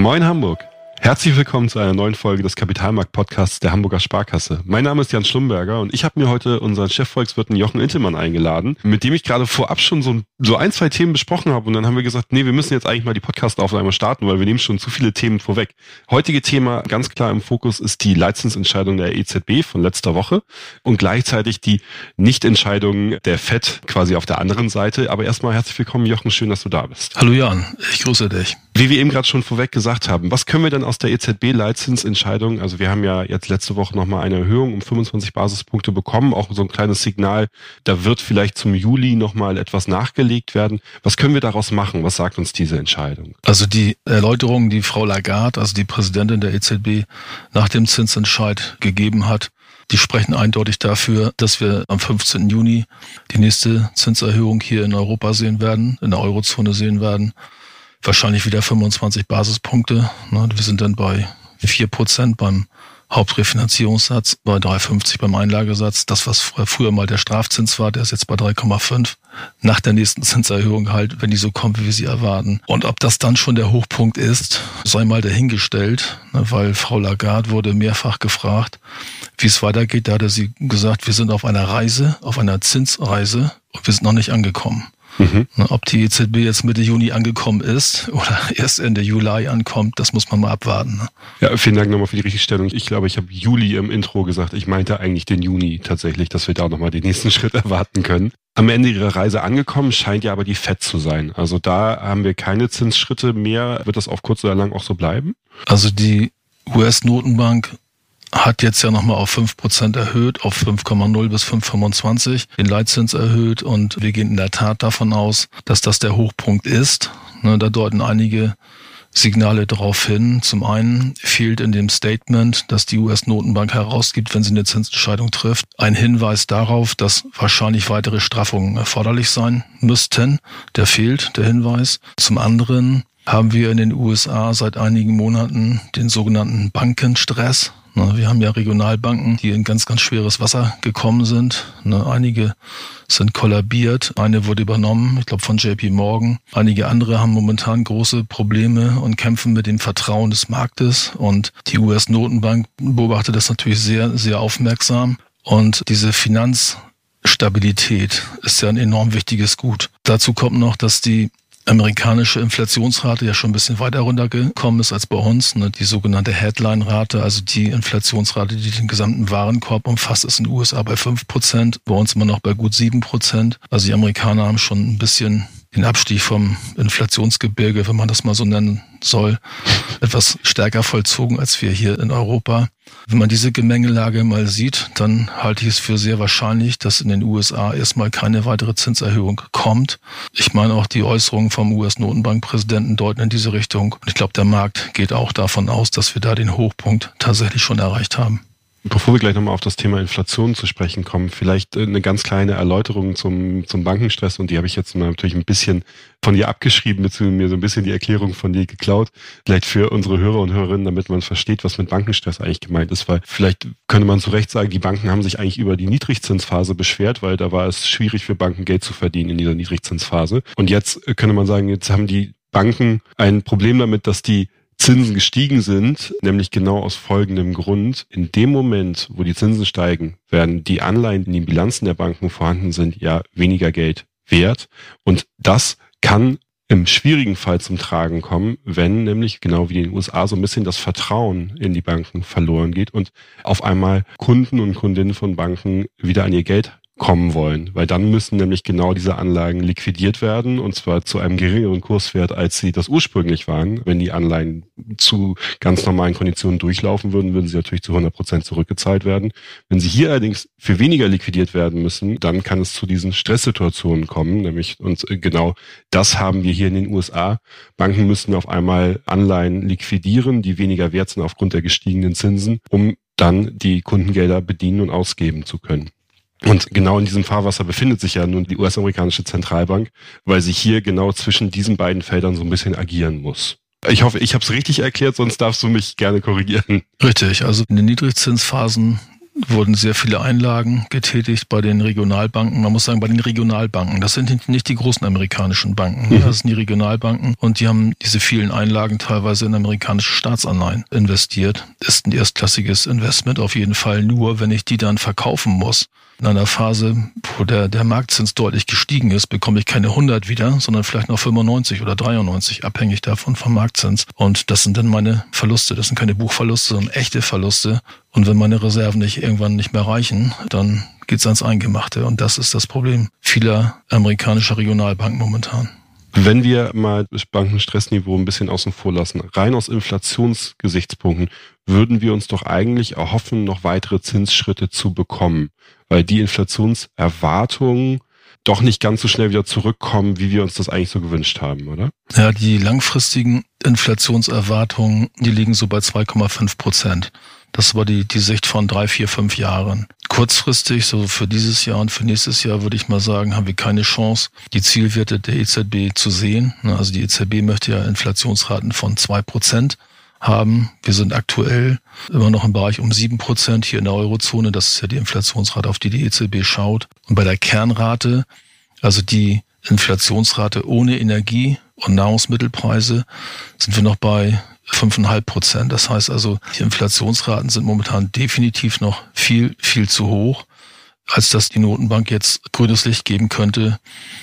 Moin Hamburg! Herzlich willkommen zu einer neuen Folge des Kapitalmarkt-Podcasts der Hamburger Sparkasse. Mein Name ist Jan Schlumberger und ich habe mir heute unseren Chefvolkswirten Jochen Intelmann eingeladen, mit dem ich gerade vorab schon so ein, zwei Themen besprochen habe. Und dann haben wir gesagt, nee, wir müssen jetzt eigentlich mal die Podcast-Aufnahme starten, weil wir nehmen schon zu viele Themen vorweg. Heutige Thema ganz klar im Fokus ist die Leitzinsentscheidung der EZB von letzter Woche und gleichzeitig die Nichtentscheidung der FED quasi auf der anderen Seite. Aber erstmal herzlich willkommen, Jochen, schön, dass du da bist. Hallo Jan, ich grüße dich. Wie wir eben gerade schon vorweg gesagt haben, was können wir denn aus der EZB-Leitzinsentscheidung, also wir haben ja jetzt letzte Woche nochmal eine Erhöhung um 25 Basispunkte bekommen, auch so ein kleines Signal, da wird vielleicht zum Juli nochmal etwas nachgelegt werden. Was können wir daraus machen? Was sagt uns diese Entscheidung? Also die Erläuterung, die Frau Lagarde, also die Präsidentin der EZB, nach dem Zinsentscheid gegeben hat, die sprechen eindeutig dafür, dass wir am 15. Juni die nächste Zinserhöhung hier in Europa sehen werden, in der Eurozone sehen werden. Wahrscheinlich wieder 25 Basispunkte. Wir sind dann bei 4% beim Hauptrefinanzierungssatz, bei 3,50 beim Einlagesatz. Das, was früher mal der Strafzins war, der ist jetzt bei 3,5. Nach der nächsten Zinserhöhung halt, wenn die so kommt, wie wir sie erwarten. Und ob das dann schon der Hochpunkt ist, sei mal dahingestellt, weil Frau Lagarde wurde mehrfach gefragt, wie es weitergeht. Da hatte sie gesagt, wir sind auf einer Reise, auf einer Zinsreise und wir sind noch nicht angekommen. Ob die EZB jetzt Mitte Juni angekommen ist oder erst Ende Juli ankommt, das muss man mal abwarten. Ja, vielen Dank nochmal für die Richtigstellung. Ich glaube, ich habe Juli im Intro gesagt. Ich meinte eigentlich den Juni tatsächlich, dass wir da nochmal den nächsten Schritt erwarten können. Am Ende ihrer Reise angekommen scheint ja aber die FED zu sein. Also da haben wir keine Zinsschritte mehr. Wird das auf kurz oder lang auch so bleiben? Also die US-Notenbank hat jetzt ja nochmal auf 5% erhöht, auf 5,0 bis 5,25 den Leitzins erhöht und wir gehen in der Tat davon aus, dass das der Hochpunkt ist. Da deuten einige Signale darauf hin. Zum einen fehlt in dem Statement, das die US-Notenbank herausgibt, wenn sie eine Zinsentscheidung trifft, ein Hinweis darauf, dass wahrscheinlich weitere Straffungen erforderlich sein müssten. Der fehlt, der Hinweis. Zum anderen haben wir in den USA seit einigen Monaten den sogenannten Bankenstress. Wir haben ja Regionalbanken, die in ganz, ganz schweres Wasser gekommen sind. Einige sind kollabiert, eine wurde übernommen, ich glaube von JP Morgan. Einige andere haben momentan große Probleme und kämpfen mit dem Vertrauen des Marktes. Und die US-Notenbank beobachtet das natürlich sehr, sehr aufmerksam. Und diese Finanzstabilität ist ja ein enorm wichtiges Gut. Dazu kommt noch, dass die amerikanische Inflationsrate ja schon ein bisschen weiter runtergekommen ist als bei uns. Die sogenannte Headline-Rate, also die Inflationsrate, die den gesamten Warenkorb umfasst, ist in den USA bei 5%, bei uns immer noch bei gut 7%. Also die Amerikaner haben schon ein bisschen den Abstieg vom Inflationsgebirge, wenn man das mal so nennen soll, etwas stärker vollzogen als wir hier in Europa. Wenn man diese Gemengelage mal sieht, dann halte ich es für sehr wahrscheinlich, dass in den USA erstmal keine weitere Zinserhöhung kommt. Ich meine, auch die Äußerungen vom US-Notenbankpräsidenten deuten in diese Richtung. Und ich glaube, der Markt geht auch davon aus, dass wir da den Hochpunkt tatsächlich schon erreicht haben. Bevor wir gleich nochmal auf das Thema Inflation zu sprechen kommen, vielleicht eine ganz kleine Erläuterung zum Bankenstress, und die habe ich jetzt mal natürlich ein bisschen von dir abgeschrieben, beziehungsweise mir so ein bisschen die Erklärung von dir geklaut. Vielleicht für unsere Hörer und Hörerinnen, damit man versteht, was mit Bankenstress eigentlich gemeint ist, weil vielleicht könnte man zu Recht sagen, die Banken haben sich eigentlich über die Niedrigzinsphase beschwert, weil da war es schwierig für Banken Geld zu verdienen in dieser Niedrigzinsphase. Und jetzt könnte man sagen, jetzt haben die Banken ein Problem damit, dass die Zinsen gestiegen sind, nämlich genau aus folgendem Grund. In dem Moment, wo die Zinsen steigen, werden die Anleihen, die in den Bilanzen der Banken vorhanden sind, ja weniger Geld wert. Und das kann im schwierigen Fall zum Tragen kommen, wenn nämlich genau wie in den USA so ein bisschen das Vertrauen in die Banken verloren geht und auf einmal Kunden und Kundinnen von Banken wieder an ihr Geld kommen wollen, weil dann müssen nämlich genau diese Anlagen liquidiert werden, und zwar zu einem geringeren Kurswert, als sie das ursprünglich waren. Wenn die Anleihen zu ganz normalen Konditionen durchlaufen würden, würden sie natürlich zu 100% zurückgezahlt werden. Wenn sie hier allerdings für weniger liquidiert werden müssen, dann kann es zu diesen Stresssituationen kommen, nämlich, und genau das haben wir hier in den USA. Banken müssen auf einmal Anleihen liquidieren, die weniger wert sind aufgrund der gestiegenen Zinsen, um dann die Kundengelder bedienen und ausgeben zu können. Und genau in diesem Fahrwasser befindet sich ja nun die US-amerikanische Zentralbank, weil sie hier genau zwischen diesen beiden Feldern so ein bisschen agieren muss. Ich hoffe, ich habe es richtig erklärt, sonst darfst du mich gerne korrigieren. Richtig, also in den Niedrigzinsphasen wurden sehr viele Einlagen getätigt bei den Regionalbanken. Man muss sagen, bei den Regionalbanken. Das sind nicht die großen amerikanischen Banken. Das sind die Regionalbanken. Und die haben diese vielen Einlagen teilweise in amerikanische Staatsanleihen investiert. Ist ein erstklassiges Investment auf jeden Fall. Nur wenn ich die dann verkaufen muss, in einer Phase, wo der Marktzins deutlich gestiegen ist, bekomme ich keine 100 wieder, sondern vielleicht noch 95 oder 93, abhängig davon vom Marktzins. Und das sind dann meine Verluste. Das sind keine Buchverluste, sondern echte Verluste. Und wenn meine Reserven irgendwann nicht mehr reichen, dann geht's ans Eingemachte. Und das ist das Problem vieler amerikanischer Regionalbanken momentan. Wenn wir mal das Bankenstressniveau ein bisschen außen vor lassen, rein aus Inflationsgesichtspunkten, würden wir uns doch eigentlich erhoffen, noch weitere Zinsschritte zu bekommen, weil die Inflationserwartungen doch nicht ganz so schnell wieder zurückkommen, wie wir uns das eigentlich so gewünscht haben, oder? Ja, die langfristigen Inflationserwartungen, die liegen so bei 2,5%. Das war die Sicht von 3, 4, 5 Jahren. Kurzfristig, so für dieses Jahr und für nächstes Jahr, würde ich mal sagen, haben wir keine Chance, die Zielwerte der EZB zu sehen. Also die EZB möchte ja Inflationsraten von 2% haben. Wir sind aktuell immer noch im Bereich um 7% hier in der Eurozone. Das ist ja die Inflationsrate, auf die die EZB schaut. Und bei der Kernrate, also die Inflationsrate ohne Energie und Nahrungsmittelpreise, sind wir noch bei 5,5%. Das heißt also, die Inflationsraten sind momentan definitiv noch viel, viel zu hoch, als dass die Notenbank jetzt grünes Licht geben könnte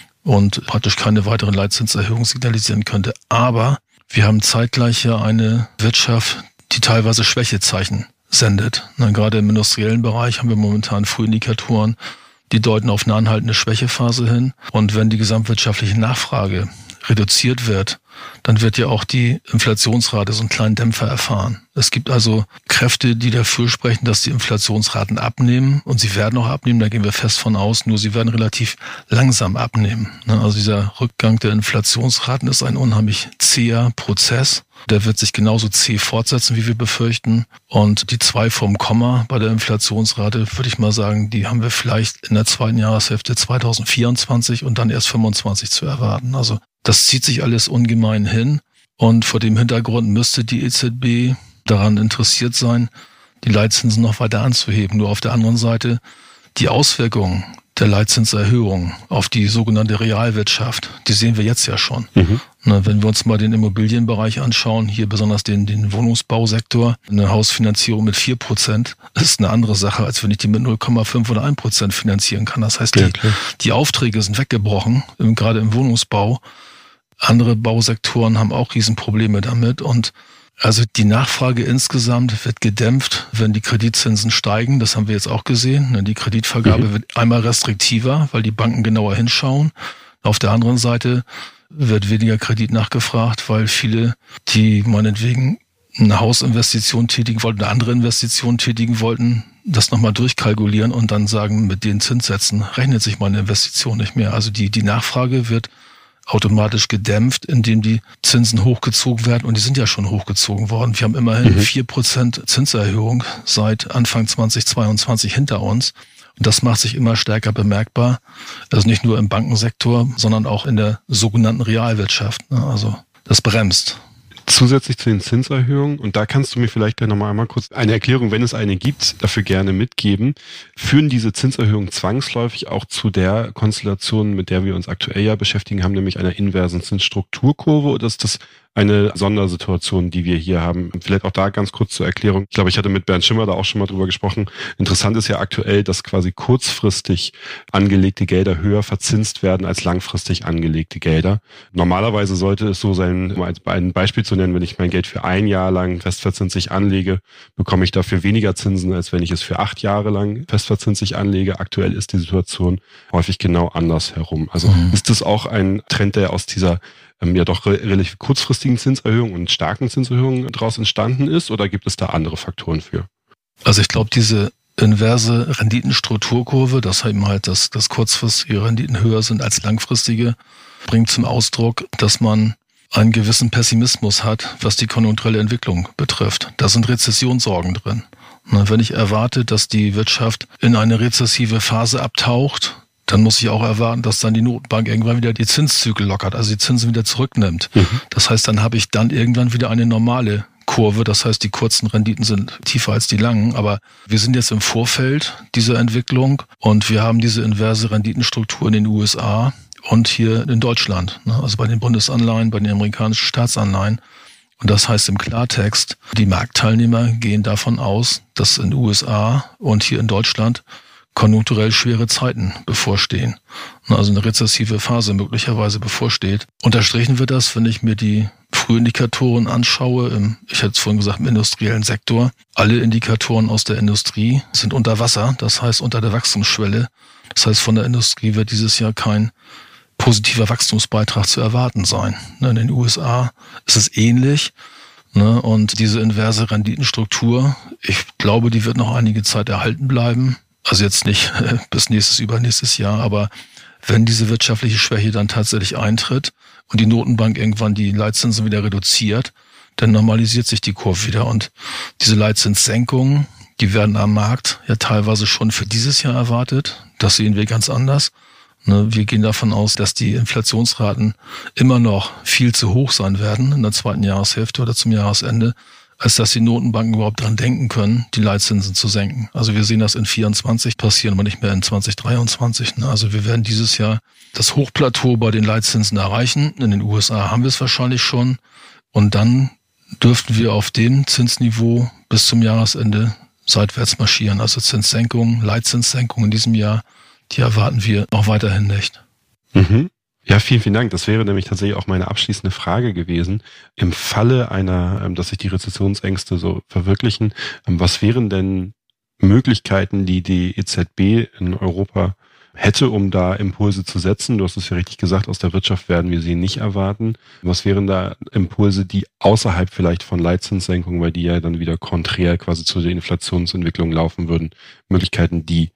und praktisch keine weiteren Leitzinserhöhungen signalisieren könnte. Aber wir haben zeitgleich ja eine Wirtschaft, die teilweise Schwächezeichen sendet. Gerade im industriellen Bereich haben wir momentan Frühindikatoren, die deuten auf eine anhaltende Schwächephase hin. Und wenn die gesamtwirtschaftliche Nachfrage reduziert wird, dann wird ja auch die Inflationsrate so einen kleinen Dämpfer erfahren. Es gibt also Kräfte, die dafür sprechen, dass die Inflationsraten abnehmen, und sie werden auch abnehmen, da gehen wir fest von aus, nur sie werden relativ langsam abnehmen. Also dieser Rückgang der Inflationsraten ist ein unheimlich zäher Prozess. Der wird sich genauso zäh fortsetzen, wie wir befürchten. Und die 2 vom Komma bei der Inflationsrate, würde ich mal sagen, die haben wir vielleicht in der zweiten Jahreshälfte 2024 und dann erst 25 zu erwarten. Also das zieht sich alles ungemein hin. Und vor dem Hintergrund müsste die EZB daran interessiert sein, die Leitzinsen noch weiter anzuheben. Nur auf der anderen Seite die Auswirkungen der Leitzinserhöhung auf die sogenannte Realwirtschaft, die sehen wir jetzt ja schon. Wenn wir uns mal den Immobilienbereich anschauen, hier besonders den Wohnungsbausektor, eine Hausfinanzierung mit 4% ist eine andere Sache, als wenn ich die mit 0,5 oder 1% finanzieren kann. Das heißt, die Aufträge sind weggebrochen, gerade im Wohnungsbau. Andere Bausektoren haben auch Riesenprobleme damit, und also die Nachfrage insgesamt wird gedämpft, wenn die Kreditzinsen steigen. Das haben wir jetzt auch gesehen. Die Kreditvergabe wird einmal restriktiver, weil die Banken genauer hinschauen. Auf der anderen Seite wird weniger Kredit nachgefragt, weil viele, die meinetwegen eine Hausinvestition tätigen wollten, eine andere Investition tätigen wollten, das nochmal durchkalkulieren und dann sagen, mit den Zinssätzen rechnet sich meine Investition nicht mehr. Also die Nachfrage wird automatisch gedämpft, indem die Zinsen hochgezogen werden, und die sind ja schon hochgezogen worden. Wir haben immerhin 4% Zinserhöhung seit Anfang 2022 hinter uns, und das macht sich immer stärker bemerkbar, also nicht nur im Bankensektor, sondern auch in der sogenannten Realwirtschaft. Also das bremst. Zusätzlich zu den Zinserhöhungen, und da kannst du mir vielleicht dann nochmal einmal kurz eine Erklärung, wenn es eine gibt, dafür gerne mitgeben, führen diese Zinserhöhungen zwangsläufig auch zu der Konstellation, mit der wir uns aktuell ja beschäftigen haben, nämlich einer inversen Zinsstrukturkurve, oder ist das eine Sondersituation, die wir hier haben? Vielleicht auch da ganz kurz zur Erklärung. Ich glaube, ich hatte mit Bernd Schimmer da auch schon mal drüber gesprochen. Interessant ist ja aktuell, dass quasi kurzfristig angelegte Gelder höher verzinst werden als langfristig angelegte Gelder. Normalerweise sollte es so sein, um ein Beispiel zu nennen, wenn ich mein Geld für 1 Jahr lang festverzinslich anlege, bekomme ich dafür weniger Zinsen, als wenn ich es für 8 Jahre lang festverzinslich anlege. Aktuell ist die Situation häufig genau andersherum. Also ist das auch ein Trend, der aus dieser ja doch relativ kurzfristigen Zinserhöhungen und starken Zinserhöhungen daraus entstanden ist, oder gibt es da andere Faktoren für? Also ich glaube, diese inverse Renditenstrukturkurve, das eben halt, dass kurzfristige Renditen höher sind als langfristige, bringt zum Ausdruck, dass man einen gewissen Pessimismus hat, was die konjunkturelle Entwicklung betrifft. Da sind Rezessionssorgen drin. Wenn ich erwarte, dass die Wirtschaft in eine rezessive Phase abtaucht, dann muss ich auch erwarten, dass dann die Notenbank irgendwann wieder die Zinszyklen lockert, also die Zinsen wieder zurücknimmt. Das heißt, dann habe ich dann irgendwann wieder eine normale Kurve. Das heißt, die kurzen Renditen sind tiefer als die langen. Aber wir sind jetzt im Vorfeld dieser Entwicklung und wir haben diese inverse Renditenstruktur in den USA und hier in Deutschland. Also bei den Bundesanleihen, bei den amerikanischen Staatsanleihen. Und das heißt im Klartext, die Marktteilnehmer gehen davon aus, dass in den USA und hier in Deutschland konjunkturell schwere Zeiten bevorstehen. Also eine rezessive Phase möglicherweise bevorsteht. Unterstrichen wird das, wenn ich mir die Frühindikatoren anschaue, ich hatte es vorhin gesagt, im industriellen Sektor. Alle Indikatoren aus der Industrie sind unter Wasser, das heißt unter der Wachstumsschwelle. Das heißt, von der Industrie wird dieses Jahr kein positiver Wachstumsbeitrag zu erwarten sein. In den USA ist es ähnlich. Und diese inverse Renditenstruktur, ich glaube, die wird noch einige Zeit erhalten bleiben. Also jetzt nicht bis übernächstes Jahr, aber wenn diese wirtschaftliche Schwäche dann tatsächlich eintritt und die Notenbank irgendwann die Leitzinsen wieder reduziert, dann normalisiert sich die Kurve wieder. Und diese Leitzinssenkungen, die werden am Markt ja teilweise schon für dieses Jahr erwartet. Das sehen wir ganz anders. Wir gehen davon aus, dass die Inflationsraten immer noch viel zu hoch sein werden in der zweiten Jahreshälfte oder zum Jahresende, als dass die Notenbanken überhaupt dran denken können, die Leitzinsen zu senken. Also wir sehen das in 2024 passieren, aber nicht mehr in 2023. Also wir werden dieses Jahr das Hochplateau bei den Leitzinsen erreichen. In den USA haben wir es wahrscheinlich schon. Und dann dürften wir auf dem Zinsniveau bis zum Jahresende seitwärts marschieren. Also Zinssenkungen, Leitzinssenkungen in diesem Jahr, die erwarten wir auch weiterhin nicht. Mhm. Ja, vielen, vielen Dank. Das wäre nämlich tatsächlich auch meine abschließende Frage gewesen. Im Falle einer, dass sich die Rezessionsängste so verwirklichen, was wären denn Möglichkeiten, die die EZB in Europa hätte, um da Impulse zu setzen? Du hast es ja richtig gesagt, aus der Wirtschaft werden wir sie nicht erwarten. Was wären da Impulse, die außerhalb vielleicht von Leitzinssenkungen, weil die ja dann wieder konträr quasi zu der Inflationsentwicklung laufen würden, Möglichkeiten, die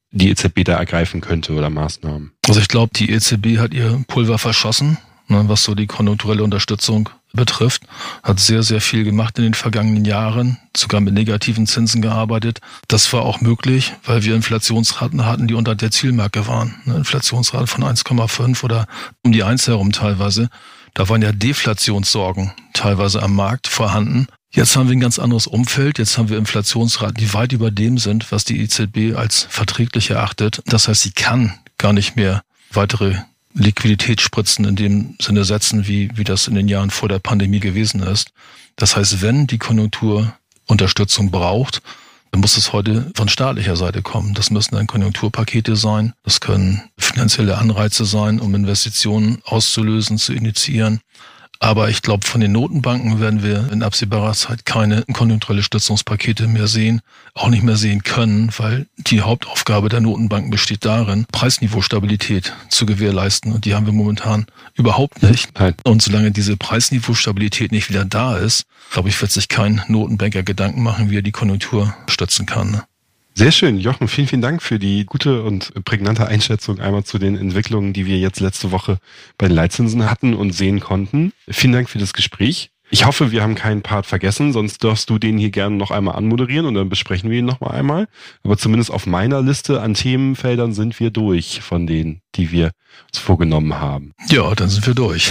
EZB da ergreifen könnte oder Maßnahmen? Also ich glaube, die EZB hat ihr Pulver verschossen, was so die konjunkturelle Unterstützung betrifft. Hat sehr, sehr viel gemacht in den vergangenen Jahren, sogar mit negativen Zinsen gearbeitet. Das war auch möglich, weil wir Inflationsraten hatten, die unter der Zielmarke waren. Eine Inflationsrate von 1,5 oder um die 1 herum teilweise. Da waren ja Deflationssorgen teilweise am Markt vorhanden. Jetzt haben wir ein ganz anderes Umfeld. Jetzt haben wir Inflationsraten, die weit über dem sind, was die EZB als verträglich erachtet. Das heißt, sie kann gar nicht mehr weitere Liquiditätsspritzen in dem Sinne setzen, wie das in den Jahren vor der Pandemie gewesen ist. Das heißt, wenn die Konjunktur Unterstützung braucht, dann muss es heute von staatlicher Seite kommen. Das müssen dann Konjunkturpakete sein. Das können finanzielle Anreize sein, um Investitionen auszulösen, zu initiieren. Aber ich glaube, von den Notenbanken werden wir in absehbarer Zeit keine konjunkturelle Stützungspakete mehr sehen, auch nicht mehr sehen können, weil die Hauptaufgabe der Notenbanken besteht darin, Preisniveaustabilität zu gewährleisten. Und die haben wir momentan überhaupt nicht. Nein. Und solange diese Preisniveaustabilität nicht wieder da ist, glaube ich, wird sich kein Notenbanker Gedanken machen, wie er die Konjunktur stützen kann. Sehr schön. Jochen, vielen, vielen Dank für die gute und prägnante Einschätzung einmal zu den Entwicklungen, die wir jetzt letzte Woche bei den Leitzinsen hatten und sehen konnten. Vielen Dank für das Gespräch. Ich hoffe, wir haben keinen Part vergessen, sonst darfst du den hier gerne noch einmal anmoderieren und dann besprechen wir ihn noch mal einmal. Aber zumindest auf meiner Liste an Themenfeldern sind wir durch von denen, die wir uns vorgenommen haben. Ja, dann sind wir durch.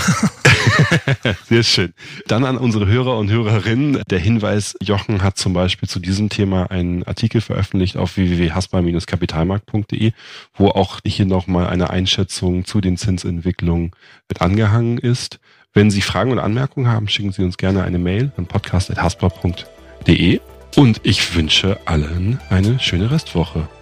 Sehr schön. Dann an unsere Hörer und Hörerinnen der Hinweis, Jochen hat zum Beispiel zu diesem Thema einen Artikel veröffentlicht auf www.haspa-kapitalmarkt.de, wo auch hier nochmal eine Einschätzung zu den Zinsentwicklungen mit angehangen ist. Wenn Sie Fragen oder Anmerkungen haben, schicken Sie uns gerne eine Mail an podcast@haspa.de und ich wünsche allen eine schöne Restwoche.